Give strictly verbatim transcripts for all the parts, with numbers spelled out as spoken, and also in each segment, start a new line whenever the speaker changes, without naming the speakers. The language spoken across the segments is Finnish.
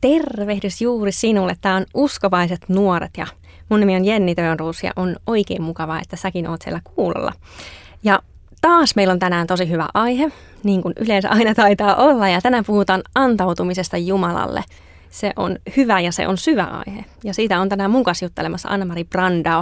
tervehdys juuri sinulle. Tämä on Uskovaiset nuoret ja mun nimi on Jenni Törnroos ja on oikein mukavaa, että säkin oot siellä kuulolla. Ja taas meillä on tänään tosi hyvä aihe, niin kuin yleensä aina taitaa olla, ja tänään puhutaan antautumisesta Jumalalle. Se on hyvä ja se on syvä aihe, ja siitä on tänään mun kanssa juttelemassa Anna-Mari Brandao.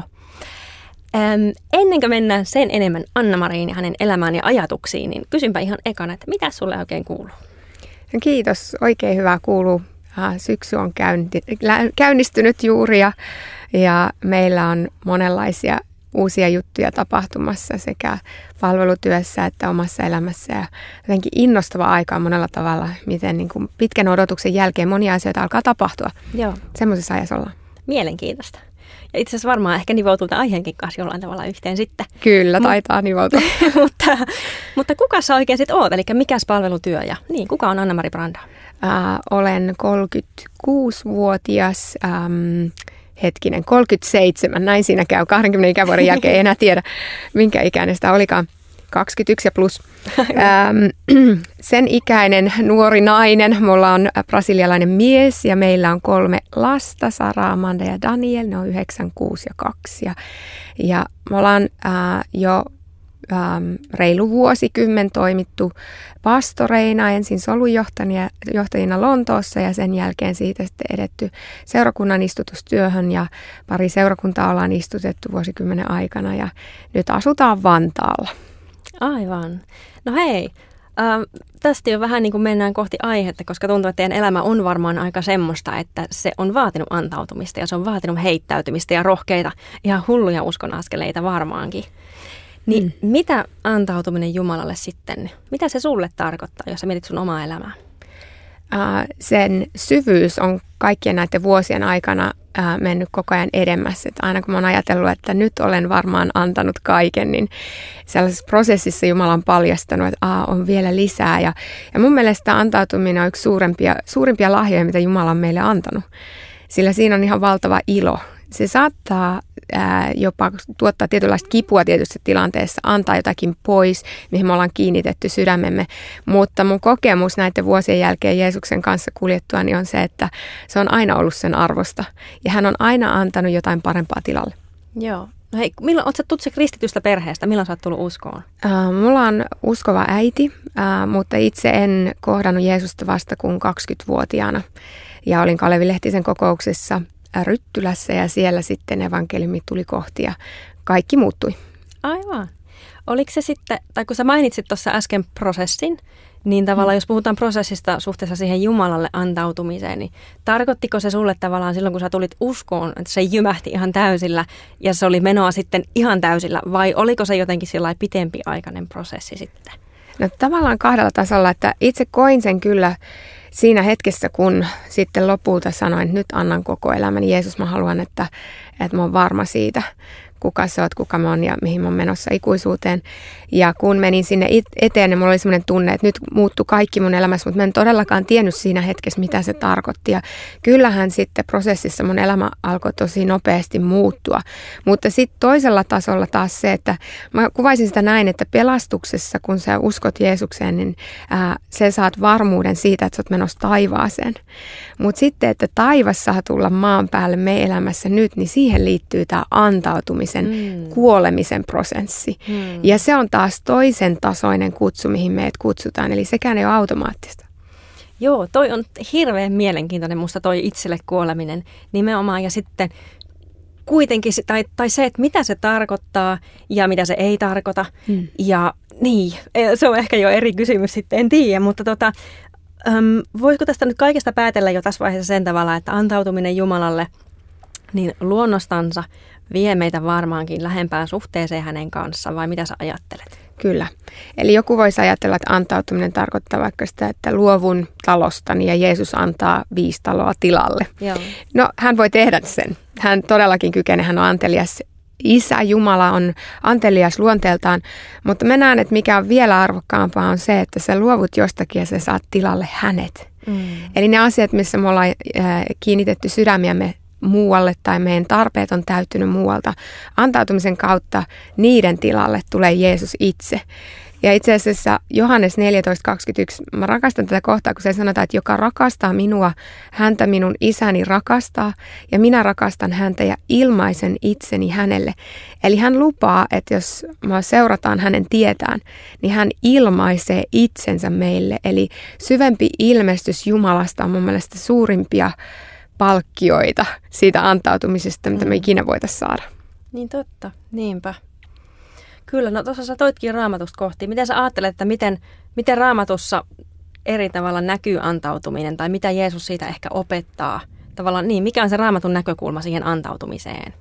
Öm, ennen kuin mennään sen enemmän Anna-Mariin ja hänen elämään ja ajatuksiin, niin kysynpä ihan ekana, että mitä sulle oikein kuuluu?
Kiitos, oikein hyvä kuuluu. Syksy on käynnistynyt juuri ja, ja meillä on monenlaisia uusia juttuja tapahtumassa sekä palvelutyössä että omassa elämässä. Ja jotenkin innostava aika monella tavalla, miten niin kuin pitkän odotuksen jälkeen monia asioita alkaa tapahtua.
Joo.
Semmoisessa ajassa ollaan.
Mielenkiintoista. Ja itse asiassa varmaan ehkä nivoutuu tämän aiheenkin kanssa jollain tavalla yhteen sitten.
Kyllä, taitaa Mut, nivoutua.
mutta, mutta kuka sä oikein sitten oot? Eli mikäs palvelutyö ja niin, kuka on Anna-Mari Brandao?
Äh, olen kolmekymmentäkuusivuotias, ähm, hetkinen, kolmekymmentäseitsemän, näin siinä käy, kaksikymmentä ikävuoden jälkeen, ei enää tiedä minkä ikäinen sitä olikaan, kaksikymmentäyksi ja plus. Ähm, sen ikäinen nuori nainen, mulla on brasilialainen mies ja meillä on kolme lasta, Sara, Amanda ja Daniel, ne on yhdeksän, kuusi ja kaksi. Ja, ja me ollaan äh, jo Ähm, reilu vuosikymmen toimittu pastoreina, ensin solujohtajina Lontoossa ja sen jälkeen siitä sitten edetty seurakunnan istutustyöhön ja pari seurakuntaa ollaan istutettu vuosikymmenen aikana ja nyt asutaan Vantaalla.
Aivan. No hei, äh, tästä jo vähän niin kuin mennään kohti aihetta, koska tuntuu, että teidän elämä on varmaan aika semmoista, että se on vaatinut antautumista ja se on vaatinut heittäytymistä ja rohkeita, ihan hulluja uskonaskeleita varmaankin. Niin mm. mitä antautuminen Jumalalle sitten, mitä se sulle tarkoittaa, jos sä mietit sun omaa elämää?
Uh, sen syvyys on kaikkien näiden vuosien aikana uh, mennyt koko ajan edemmäs. Et aina kun mä oon ajatellut, että nyt olen varmaan antanut kaiken, niin sellaisessa prosessissa Jumala on paljastanut, että uh, on vielä lisää. Ja, ja mun mielestä antautuminen on yksi suurempia, suurimpia lahjoja, mitä Jumala on meille antanut. Sillä siinä on ihan valtava ilo. Se saattaa ää, jopa tuottaa tietynlaista kipua tietyssä tilanteessa, antaa jotakin pois, mihin me ollaan kiinnitetty sydämemme. Mutta mun kokemus näiden vuosien jälkeen Jeesuksen kanssa kuljettua niin on se, että se on aina ollut sen arvosta. Ja hän on aina antanut jotain parempaa tilalle.
Joo. No hei, milloin oot sä tuttu kristitystä perheestä? Milloin sä oot tullut uskoon?
Ää, mulla on uskova äiti, ää, mutta itse en kohdannut Jeesusta vasta kuin kaksikymmentävuotiaana. Ja olin Kalevi Lehtisen kokouksessa Ryttylässä ja siellä sitten evankeliumi tuli kohti ja kaikki muuttui.
Aivan. Oliko se sitten, tai kun sä mainitsit tuossa äsken prosessin, niin tavallaan mm. jos puhutaan prosessista suhteessa siihen Jumalalle antautumiseen, niin tarkoittiko se sulle tavallaan silloin, kun sä tulit uskoon, että se jymähti ihan täysillä ja se oli menoa sitten ihan täysillä, vai oliko se jotenkin sellainen pitempiaikainen prosessi sitten?
No tavallaan kahdella tasolla, että itse koin sen kyllä siinä hetkessä, kun sitten lopulta sanoin, että nyt annan koko elämäni. Jeesus, mä haluan, että, että mä oon varma siitä, kuka sä oot, kuka mä oon ja mihin mä oon menossa ikuisuuteen. Ja kun menin sinne eteen, niin mulla oli semmoinen tunne, että nyt muuttui kaikki mun elämässä, mutta mä en todellakaan tiennyt siinä hetkessä, mitä se tarkoitti. Ja kyllähän sitten prosessissa mun elämä alkoi tosi nopeasti muuttua. Mutta sitten toisella tasolla taas se, että mä kuvaisin sitä näin, että pelastuksessa, kun sä uskot Jeesukseen, niin ää, sä saat varmuuden siitä, että sä oot menossa taivaaseen. Mutta sitten, että taivas saa tulla maan päälle meidän elämässä nyt, niin siihen liittyy tämä antautumisen, mm. kuolemisen prosessi. Mm. Ja se on taas toisen tasoinen kutsu, mihin meidät kutsutaan, eli sekään ei ole automaattista.
Joo, toi on hirveän mielenkiintoinen musta toi itselle kuoleminen nimenomaan ja sitten kuitenkin, tai, tai se, että mitä se tarkoittaa ja mitä se ei tarkoita. Mm. Ja niin, se on ehkä jo eri kysymys sitten, en tiedä, mutta tota, äm, voisiko tästä nyt kaikesta päätellä jo tässä vaiheessa sen tavalla, että antautuminen Jumalalle niin luonnostansa vie meitä varmaankin lähempään suhteeseen hänen kanssaan, vai mitä sä ajattelet?
Kyllä. Eli joku voisi ajatella, että antautuminen tarkoittaa vaikka sitä, että luovun talostani ja Jeesus antaa viisi taloa tilalle.
Joo.
No, hän voi tehdä sen. Hän todellakin kykenee, hän on antelias. Isä Jumala on antelias luonteeltaan, mutta mä näen, että mikä on vielä arvokkaampaa on se, että sä luovut jostakin ja sä saat tilalle hänet. Mm. Eli ne asiat, missä me ollaan äh, kiinnitetty sydämiämme muualle tai meidän tarpeet on täyttynyt muualta. Antautumisen kautta niiden tilalle tulee Jeesus itse. Ja itse asiassa Johannes neljätoista kaksikymmentäyksi, mä rakastan tätä kohtaa, kun se sanotaan, että joka rakastaa minua, häntä minun isäni rakastaa ja minä rakastan häntä ja ilmaisen itseni hänelle. Eli hän lupaa, että jos me seurataan hänen tietään, niin hän ilmaisee itsensä meille. Eli syvempi ilmestys Jumalasta on mun mielestä suurimpia palkkioita siitä antautumisesta, mitä me ikinä voitaisiin saada.
Niin totta, niinpä. Kyllä, no tuossa sä toitkin Raamatusta kohti. Miten sä ajattelet, että miten, miten Raamatussa eri tavalla näkyy antautuminen tai mitä Jeesus siitä ehkä opettaa? Tavallaan niin, mikä on se Raamatun näkökulma siihen antautumiseen?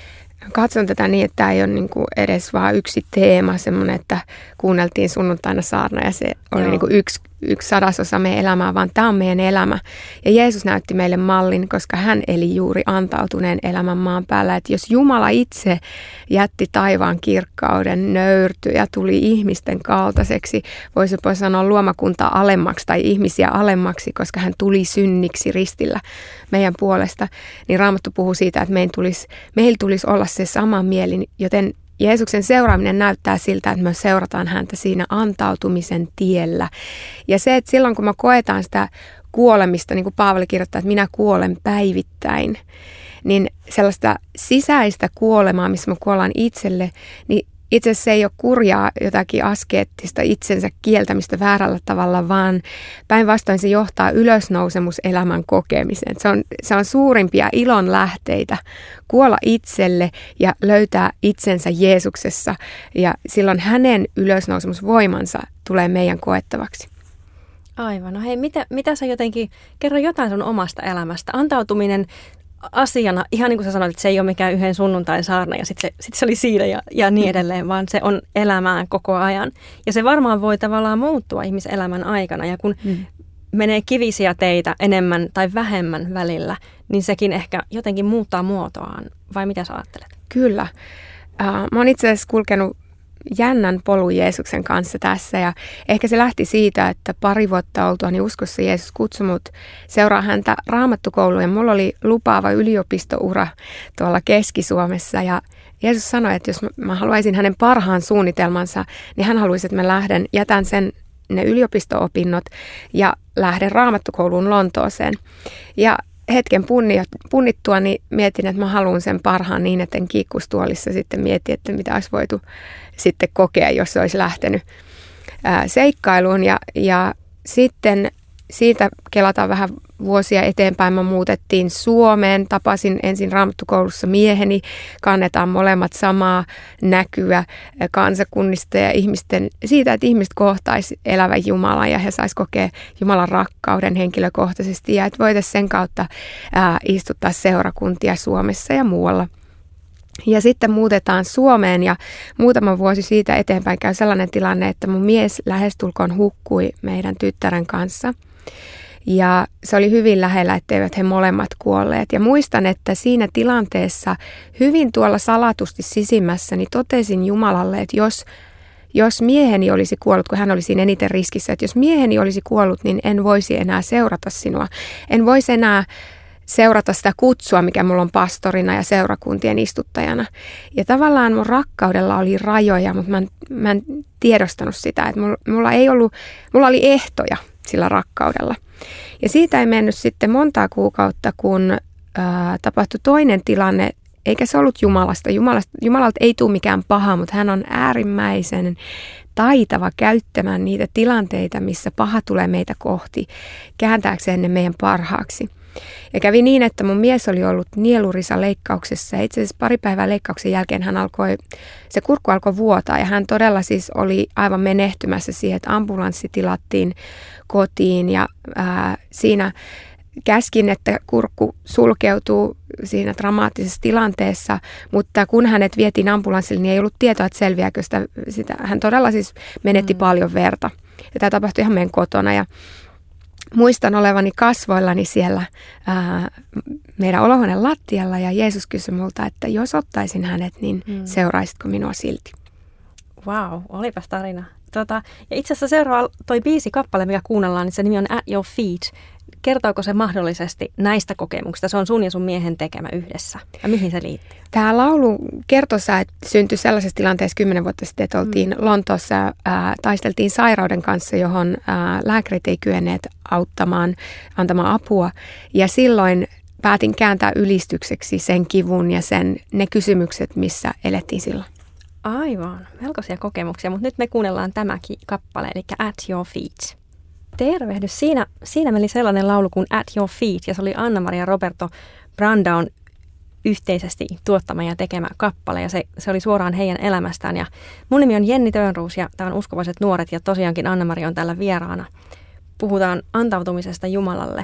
Katson tätä niin, että tämä ei ole niin kuin edes vaan yksi teema, semmoinen, että kuunneltiin sunnuntaina saarna ja se oli niin kuin yksi, yksi sadasosa meidän elämää, vaan tämä on meidän elämä. Ja Jeesus näytti meille mallin, koska hän eli juuri antautuneen elämän maan päällä. Että jos Jumala itse jätti taivaan kirkkauden, nöyrtyi ja tuli ihmisten kaltaiseksi, voisi jopa sanoa luomakuntaa alemmaksi tai ihmisiä alemmaksi, koska hän tuli synniksi ristillä meidän puolesta, niin Raamattu puhuu siitä, että meidän tulisi, meillä tulisi olla se sama mieli, joten Jeesuksen seuraaminen näyttää siltä, että me seurataan häntä siinä antautumisen tiellä. Ja se, että silloin kun me koetaan sitä kuolemista, niin kuin Paavali kirjoittaa, että minä kuolen päivittäin, niin sellaista sisäistä kuolemaa, missä me kuollaan itselle, niin itse asiassa se ei ole kurjaa jotakin askeettista itsensä kieltämistä väärällä tavalla, vaan päinvastoin se johtaa ylösnousemuselämän kokemiseen. Se on, se on suurimpia ilon lähteitä kuolla itselle ja löytää itsensä Jeesuksessa. Ja silloin hänen ylösnousemusvoimansa tulee meidän koettavaksi.
Aivan. No hei, mitä, mitä sä jotenkin, kerro jotain sun omasta elämästä. Antautuminen asiana, ihan niin kuin sä sanoit, että se ei ole mikään yhden sunnuntain saarna ja sitten se, sit se oli siinä ja, ja niin edelleen, vaan se on elämään koko ajan. Ja se varmaan voi tavallaan muuttua ihmiselämän aikana ja kun mm. menee kivisiä teitä enemmän tai vähemmän välillä, niin sekin ehkä jotenkin muuttaa muotoaan. Vai mitä sä ajattelet?
Kyllä. Uh, mä oon itse asiassa kulkenut jännän polun Jeesuksen kanssa tässä ja ehkä se lähti siitä, että pari vuotta oltuani uskossa Jeesus kutsui mut seuraa häntä raamattukouluun ja mulla oli lupaava yliopistoura tuolla Keski-Suomessa ja Jeesus sanoi, että jos mä haluaisin hänen parhaan suunnitelmansa, niin hän haluaisi, että mä lähden, jätän sen ne yliopisto-opinnot ja lähden raamattukouluun Lontooseen ja hetken punnittua, niin mietin, että mä haluan sen parhaan niin, että en kiikkustuolissa sitten mieti, että mitä olisi voitu sitten kokea, jos se olisi lähtenyt ää, seikkailuun. Ja, ja sitten siitä kelataan vähän vuosia eteenpäin. Mä muutettiin Suomeen, tapasin ensin raamattukoulussa mieheni, kannetaan molemmat samaa näkyä kansakunnista ja ihmisten, siitä, että ihmiset kohtaisi elävän Jumalan ja he sais kokea Jumalan rakkauden henkilökohtaisesti ja että voitaisiin sen kautta ää, istuttaa seurakuntia Suomessa ja muualla. Ja sitten muutetaan Suomeen ja muutama vuosi siitä eteenpäin käy sellainen tilanne, että mun mies lähestulkoon hukkui meidän tyttären kanssa. Ja se oli hyvin lähellä, etteivät he molemmat kuolleet. Ja muistan, että siinä tilanteessa hyvin tuolla salatusti sisimmässäni totesin Jumalalle, että jos, jos mieheni olisi kuollut, kun hän oli siinä eniten riskissä, että jos mieheni olisi kuollut, niin en voisi enää seurata sinua. En voisi enää seurata sitä kutsua, mikä mulla on pastorina ja seurakuntien istuttajana. Ja tavallaan mun rakkaudella oli rajoja, mutta mä en, mä en tiedostanut sitä, että mulla, mulla ei ollut, mulla oli ehtoja sillä rakkaudella. Ja siitä ei mennyt sitten montaa kuukautta, kun ää, tapahtui toinen tilanne, eikä se ollut Jumalasta. Jumalasta. Jumalalta ei tule mikään paha, mutta hän on äärimmäisen taitava käyttämään niitä tilanteita, missä paha tulee meitä kohti, kääntääkseen ne meidän parhaaksi. Ja kävi niin, että mun mies oli ollut nielurisa-leikkauksessa ja itse asiassa pari päivää leikkauksen jälkeen hän alkoi, se kurkku alkoi vuotaa ja hän todella siis oli aivan menehtymässä siihen, että ambulanssi tilattiin kotiin ja ää, siinä käskin, että kurkku sulkeutuu siinä dramaattisessa tilanteessa, mutta kun hänet vietiin ambulanssille, niin ei ollut tietoa, että selviääkö sitä, sitä. Hän todella siis menetti mm. paljon verta ja tämä tapahtui ihan meidän kotona ja muistan olevani kasvoillani siellä ää, meidän olohuoneen lattialla ja Jeesus kysyi multa, että jos ottaisin hänet, niin mm. seuraisitko minua silti?
Wow, olipas tarina. Tota, ja itse asiassa seuraava toi biisi kappale, mikä kuunnellaan, niin se nimi on At Your Feet. kertooko se mahdollisesti näistä kokemuksista? Se on sun ja sun miehen tekemä yhdessä. Ja mihin se liittyy?
Tämä laulu kertossa, että syntyi sellaisessa tilanteessa kymmenen vuotta sitten, että oltiin mm. Lontoossa, ää, taisteltiin sairauden kanssa, johon ää, lääkärit ei kyenneet auttamaan, antamaan apua. Ja silloin päätin kääntää ylistykseksi sen kivun ja sen, ne kysymykset, missä elettiin silloin.
Aivan, melkoisia kokemuksia, mutta nyt me kuunnellaan tämäkin kappale, eli At Your Feet. Tervehdys. Siinä, siinä meni sellainen laulu kuin At Your Feet, ja se oli Anna-Maria Roberto Brandaun yhteisesti tuottama ja tekemä kappale, ja se, se oli suoraan heidän elämästään. Ja mun nimi on Jenni Tönruus, ja tämä on Uskovaiset nuoret, ja tosiaankin Anna-Maria on täällä vieraana. Puhutaan antautumisesta Jumalalle.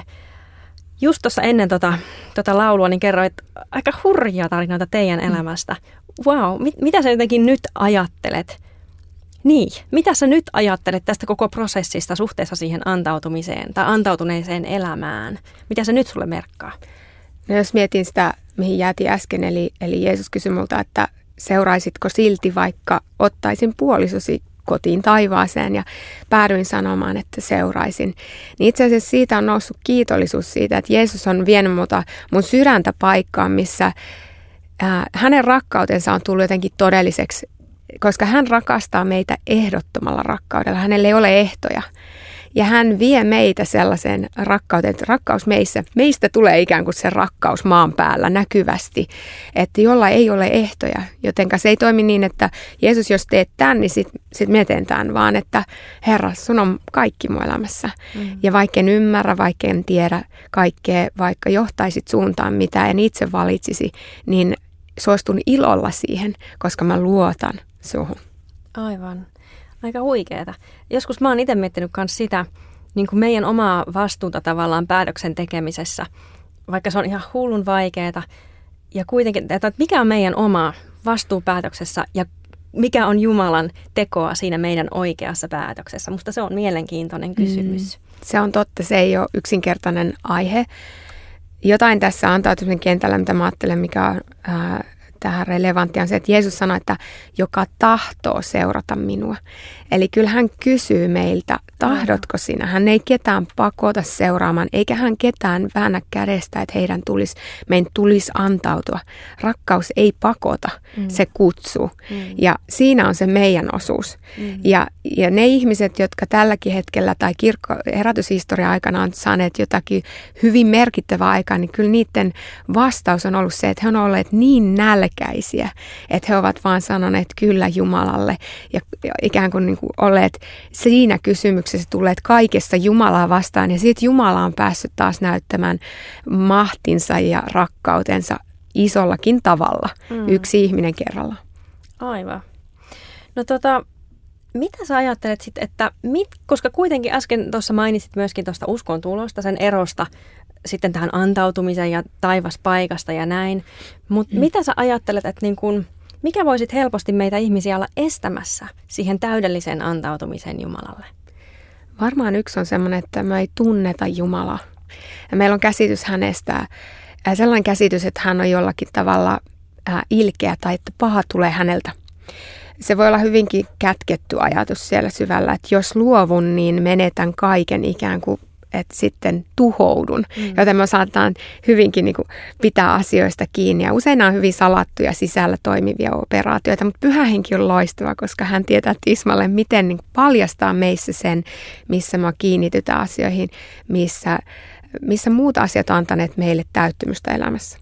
Just tuossa ennen tota, tota laulua, niin kerroit aika hurjia tarinoita teidän elämästä. Wow, mit, mitä sä jotenkin nyt ajattelet? Niin, mitä sä nyt ajattelet tästä koko prosessista suhteessa siihen antautumiseen tai antautuneeseen elämään? Mitä se nyt sulle merkkaa?
No jos mietin sitä, mihin jäätiin äsken, eli, eli Jeesus kysyi multa, että seuraisitko silti, vaikka ottaisin puolisosi kotiin taivaaseen, ja päädyin sanomaan, että seuraisin. Niin itse asiassa siitä on noussut kiitollisuus siitä, että Jeesus on vienyt muuta mun sydäntä paikkaan, missä ää, hänen rakkautensa on tullut jotenkin todelliseksi, koska hän rakastaa meitä ehdottomalla rakkaudella. Hänellä ei ole ehtoja. Ja hän vie meitä sellaiseen rakkauteen, että rakkaus meissä, meistä tulee ikään kuin se rakkaus maan päällä näkyvästi, että jolla ei ole ehtoja. Jotenka se ei toimi niin, että Jeesus, jos teet tämän, niin sit, sit mä teen tämän, vaan että Herra, sun on kaikki mun elämässä. Mm. Ja vaikka en ymmärrä, vaikka en tiedä kaikkea, vaikka johtaisit suuntaan, mitä en itse valitsisi, niin suostun ilolla siihen, koska mä luotan suhun.
Aivan. Aika huikeeta. Joskus mä oon itse miettinyt myös sitä niin kuin meidän omaa vastuuta tavallaan päätöksen tekemisessä, vaikka se on ihan hullun vaikeeta. Ja kuitenkin, että mikä on meidän oma vastuu päätöksessä ja mikä on Jumalan tekoa siinä meidän oikeassa päätöksessä. Musta se on mielenkiintoinen kysymys.
Mm. Se on totta, se ei ole yksinkertainen aihe. Jotain tässä antautumisen kentällä, mitä mä ajattelen, mikä on Ää, tähän relevanttia on se, että Jeesus sanoi, että joka tahtoo seurata minua. Eli kyllä hän kysyy meiltä, tahdotko sinä? Hän ei ketään pakota seuraamaan, eikä hän ketään väännä kädestä, että heidän tulisi, meidän tulisi antautua. Rakkaus ei pakota, mm. se kutsuu. Mm. Ja siinä on se meidän osuus. Mm. Ja, ja ne ihmiset, jotka tälläkin hetkellä tai kirkko, herätyshistoria aikana on saaneet jotakin hyvin merkittävää aikaa, niin kyllä niiden vastaus on ollut se, että he on olleet niin nälkäisiä, että he ovat vaan sanoneet kyllä Jumalalle ja, ja ikään kuin, niin kuin olleet siinä kysymyksessä tulleet kaikessa Jumalaa vastaan, ja siitä Jumala on päässyt taas näyttämään mahtinsa ja rakkautensa isollakin tavalla, mm. yksi ihminen kerralla.
Aivan. No tota, mitä sä ajattelet sitten, että mit, koska kuitenkin äsken tuossa mainitsit myöskin tuosta uskon tulosta, sen erosta sitten tähän antautumiseen ja taivaspaikasta ja näin, mutta mm. mitä sä ajattelet, että niin kun, mikä voisit helposti meitä ihmisiä olla estämässä siihen täydelliseen antautumiseen Jumalalle?
Varmaan yksi on semmoinen, että me ei tunneta Jumalaa. Ja meillä on käsitys hänestä, sellainen käsitys, että hän on jollakin tavalla ilkeä tai että paha tulee häneltä. Se voi olla hyvinkin kätketty ajatus siellä syvällä, että jos luovun, niin menetän kaiken ikään kuin, että sitten tuhoudun. Mm. Joten me saatetaan hyvinkin niin kuin pitää asioista kiinni. Ja usein on hyvin salattuja sisällä toimivia operaatioita, mutta Pyhä Henki on loistava, koska hän tietää tismalle, miten niin paljastaa meissä sen, missä me kiinnitytään asioihin, missä, missä muut asiat on antaneet meille täyttymystä elämässä.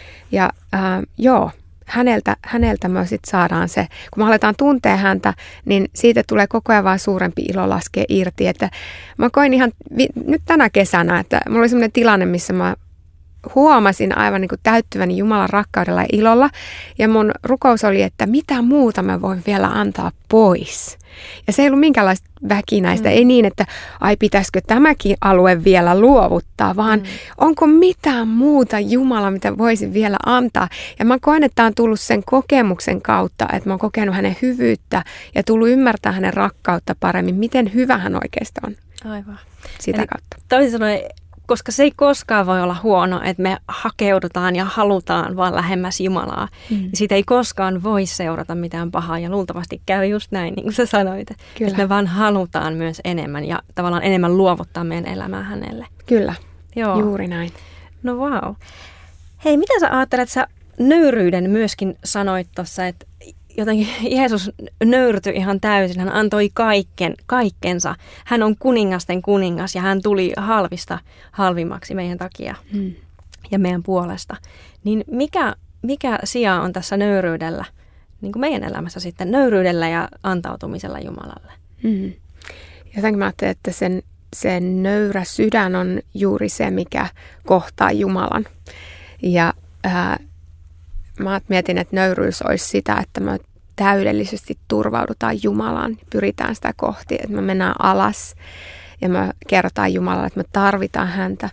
Ja äh, joo. Häneltä, häneltä me sitten saadaan se, kun me aletaan tuntea häntä, niin siitä tulee koko ajan vaan suurempi ilo laskea irti. Että mä koin ihan vi- nyt tänä kesänä, että mulla oli sellainen tilanne, missä mä huomasin aivan niin kuin täyttyväni Jumalan rakkaudella ja ilolla. Ja mun rukous oli, että mitä muuta mä voin vielä antaa pois. Ja se ei ollut minkäänlaista väkinäistä. Mm. Ei niin, että ai pitäisikö tämäkin alue vielä luovuttaa, vaan mm. onko mitään muuta Jumala, mitä voisin vielä antaa. Ja mä koen, että on tullut sen kokemuksen kautta, että mä oon kokenut hänen hyvyyttä ja tullut ymmärtää hänen rakkautta paremmin, miten hyvä hän oikeastaan on.
Aivan.
Sitä
Eli
kautta.
Toisin sanoen, koska se ei koskaan voi olla huono, että me hakeudutaan ja halutaan vaan lähemmäs Jumalaa. Mm. Siitä ei koskaan voi seurata mitään pahaa ja luultavasti käy just näin, niin kuin sä sanoit. Kyllä. Että me vaan halutaan myös enemmän ja tavallaan enemmän luovuttaa meidän elämää hänelle.
Kyllä.
Joo.
Juuri näin.
No wow. Hei, mitä sä ajattelet, sä nöyryyden myöskin sanoit tuossa, että jotenkin Jeesus nöyrtyi ihan täysin. Hän antoi kaiken, kaikkensa. Hän on kuningasten kuningas ja hän tuli halvista halvimmaksi meidän takia hmm. ja meidän puolesta. Niin mikä, mikä sija on tässä nöyryydellä, niin kuin meidän elämässä sitten, nöyryydellä ja antautumisella Jumalalle?
Hmm. Jotenkin mä ajattelen, että sen, sen nöyrä sydän on juuri se, mikä kohtaa Jumalan. Ja ää, mä mietin, että nöyryys olisi sitä, että me täydellisesti turvaudutaan Jumalaan, pyritään sitä kohti, että me mennään alas ja me kerrotaan Jumalalle, että me tarvitaan häntä.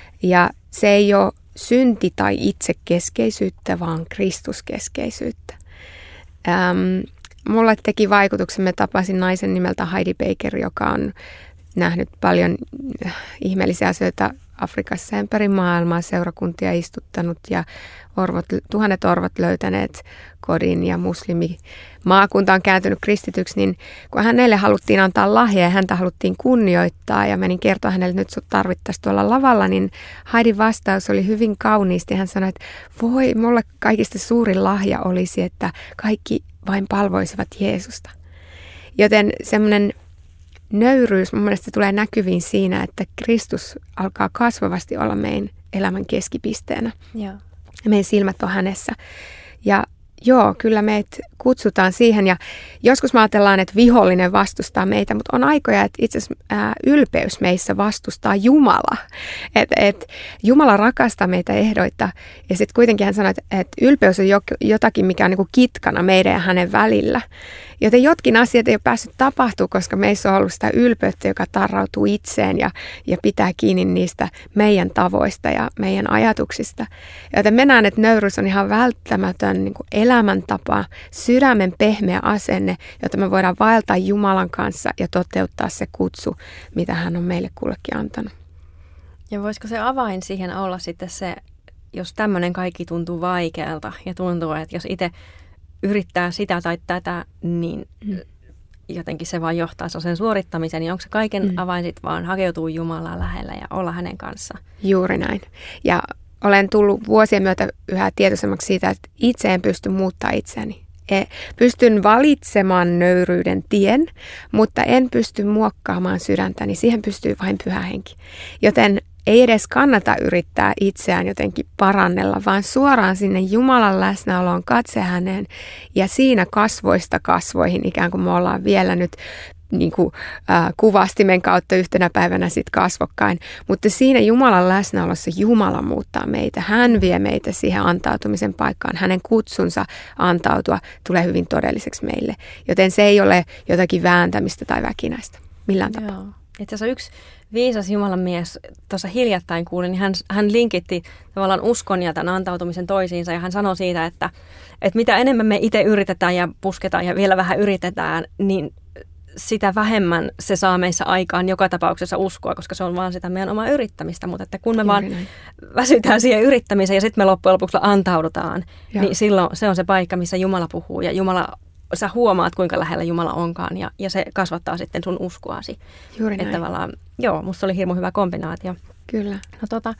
Ja se ei ole synti- tai itsekeskeisyyttä, vaan Kristuskeskeisyyttä. Ähm, mulle teki vaikutuksen, mä tapasin naisen nimeltä Heidi Baker, joka on nähnyt paljon ihmeellisiä asioita Afrikassa ympäri maailmaa, seurakuntia istuttanut ja orvot, tuhannet orvot löytäneet kodin ja muslimimaakunta on kääntynyt kristityksi, niin kun hänelle haluttiin antaa lahja ja häntä haluttiin kunnioittaa ja menin kertoa hänelle, että nyt sut tarvittaisiin tuolla lavalla, niin Heidin vastaus oli hyvin kauniisti. Hän sanoi, että voi, mulle kaikista suurin lahja olisi, että kaikki vain palvoisivat Jeesusta. Joten semmoinen nöyryys mun mielestä tulee näkyviin siinä, että Kristus alkaa kasvavasti olla meidän elämän keskipisteenä.
Joo.
Meidän silmät on hänessä. Ja joo, kyllä meitä kutsutaan siihen. Ja joskus me ajatellaan, että vihollinen vastustaa meitä, mutta on aikoja, että itse asiassa ää, ylpeys meissä vastustaa Jumala. Että et, Jumala rakastaa meitä ehdoitta. Ja sitten kuitenkin hän sanoi, että, että ylpeys on jotakin, mikä on niin kuin kitkana meidän ja hänen välillä. Joten jotkin asiat ei ole päässyt tapahtumaan, koska meissä on ollut sitä ylpeyttä, joka tarrautuu itseen ja, ja pitää kiinni niistä meidän tavoista ja meidän ajatuksista. Joten me näen, että nöyryys on ihan välttämätön niin kuin elämäntapa, sydämen pehmeä asenne, jotta me voidaan vaeltaa Jumalan kanssa ja toteuttaa se kutsu, mitä hän on meille kullekin antanut.
Ja voisiko se avain siihen olla sitten se, jos tämmöinen kaikki tuntuu vaikealta ja tuntuu, että jos itse yrittää sitä tai tätä, niin mm. jotenkin se vaan johtaa sen suorittamiseen, niin onko se kaiken mm. avain sitten vaan hakeutua Jumalaa lähellä ja olla hänen kanssa?
Juuri näin. Ja olen tullut vuosien myötä yhä tietoisemmaksi siitä, että itse en pysty muuttaa itseäni. Pystyn valitsemaan nöyryyden tien, mutta en pysty muokkaamaan sydäntäni. Siihen pystyy vain Pyhä Henki. Joten ei edes kannata yrittää itseään jotenkin parannella, vaan suoraan sinne Jumalan läsnäoloon, katse häneen ja siinä kasvoista kasvoihin, ikään kuin me ollaan vielä nyt niin kuin, äh, kuvastimen kautta yhtenä päivänä sitten kasvokkain. Mutta siinä Jumalan läsnäolossa Jumala muuttaa meitä. Hän vie meitä siihen antautumisen paikkaan. Hänen kutsunsa antautua tulee hyvin todelliseksi meille. Joten se ei ole jotakin vääntämistä tai väkinäistä millään tapaa.
Joo. Itse asiassa yksi viisas Jumalan mies tuossa hiljattain kuulin, niin hän, hän linkitti tavallaan uskon ja tämän antautumisen toisiinsa. Ja hän sanoi siitä, että, että mitä enemmän me itse yritetään ja pusketaan ja vielä vähän yritetään, niin sitä vähemmän se saa meissä aikaan joka tapauksessa uskoa, koska se on vaan sitä meidän omaa yrittämistä. Mutta että kun me Juuri vaan näin. väsytään siihen yrittämiseen ja sitten me loppujen lopuksi antaudutaan, Joo. niin silloin se on se paikka, missä Jumala puhuu. Ja Jumala, sä huomaat, kuinka lähellä Jumala onkaan ja, ja se kasvattaa sitten sun uskoasi.
Juuri näin.
Että tavallaan, joo, musta oli hirmu hyvä kombinaatio.
Kyllä.
No tota,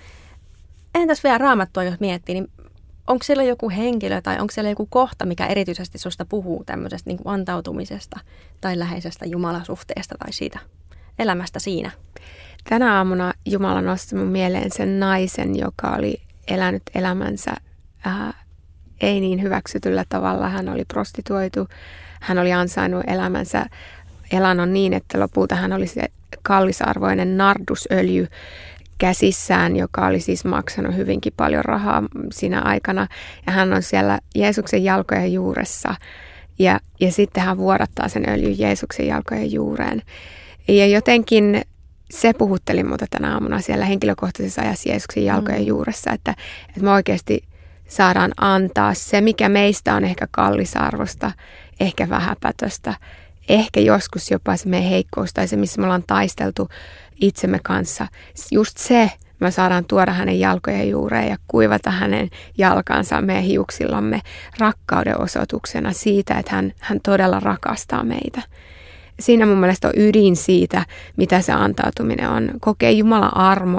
entäs vielä Raamattua, jos miettii, niin onko siellä joku henkilö tai onko siellä joku kohta, mikä erityisesti susta puhuu tämmöisestä niin kuin antautumisesta tai läheisestä Jumalasuhteesta tai siitä elämästä siinä?
Tänä aamuna Jumala nosti mun mieleen sen naisen, joka oli elänyt elämänsä ää, ei niin hyväksytyllä tavalla. Hän oli prostituoitu, hän oli ansainnut elämänsä elannon niin, että lopulta hän oli se kallisarvoinen nardusöljy käsissään, joka oli siis maksanut hyvinkin paljon rahaa siinä aikana. Ja hän on siellä Jeesuksen jalkojen juuressa ja, ja sitten hän vuodattaa sen öljyn Jeesuksen jalkojen juureen. Ja jotenkin se puhutteli muuta tänä aamuna siellä henkilökohtaisessa ajassa Jeesuksen jalkojen mm. juuressa, että, että me oikeasti saadaan antaa se, mikä meistä on ehkä kallisarvosta, ehkä vähäpätöstä, ehkä joskus jopa se meidän heikkous tai se, missä me ollaan taisteltu itsemme kanssa. Just se me saadaan tuoda hänen jalkojen juureen ja kuivata hänen jalkansa meidän hiuksillamme rakkauden osoituksena siitä, että hän, hän todella rakastaa meitä. Siinä mun mielestä on ydin siitä, mitä se antautuminen on. Kokee Jumalan armoa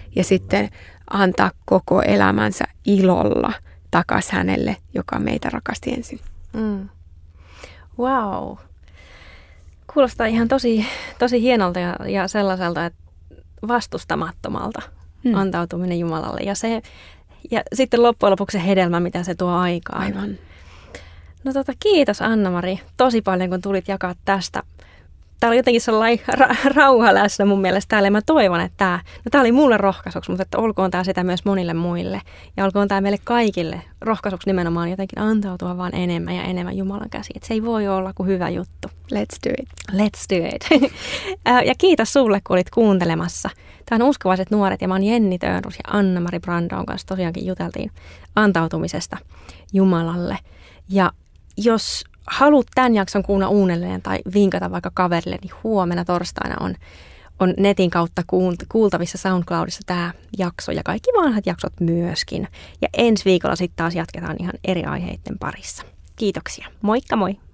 ja sitten antaa koko elämänsä ilolla takaisin hänelle, joka meitä rakasti ensin.
Mm. Wow. Kuulostaa ihan tosi, tosi hienolta ja, ja sellaiselta, että vastustamattomalta mm. antautuminen Jumalalle. Ja, se, ja sitten loppujen lopuksi se hedelmä, mitä se tuo aikaan.
Aivan.
No tota, kiitos Anna-Mari tosi paljon, kun tulit jakaa tästä. Tää oli jotenkin sellainen ra- rauha läsnä mun mielestä täällä. Ja mä toivon, että tämä, no tää oli mulle rohkaisuksi, mutta että olkoon tämä sitä myös monille muille. Ja olkoon tämä meille kaikille rohkaisuksi nimenomaan jotenkin antautua vaan enemmän ja enemmän Jumalan käsiin. Että se ei voi olla kuin hyvä juttu.
Let's do it.
Let's do it. Ja kiitos sulle, kun olit kuuntelemassa. Tämä on Uskovaiset nuoret ja mä oon Jenni Tönrus ja Anna-Mari Brandoon kanssa tosiaankin juteltiin antautumisesta Jumalalle. Ja jos haluat tämän jakson kuunnella uudelleen tai vinkata vaikka kaverille, niin huomenna torstaina on, on netin kautta kuultavissa SoundCloudissa tämä jakso ja kaikki vanhat jaksot myöskin. Ja ensi viikolla sitten taas jatketaan ihan eri aiheiden parissa. Kiitoksia. Moikka moi!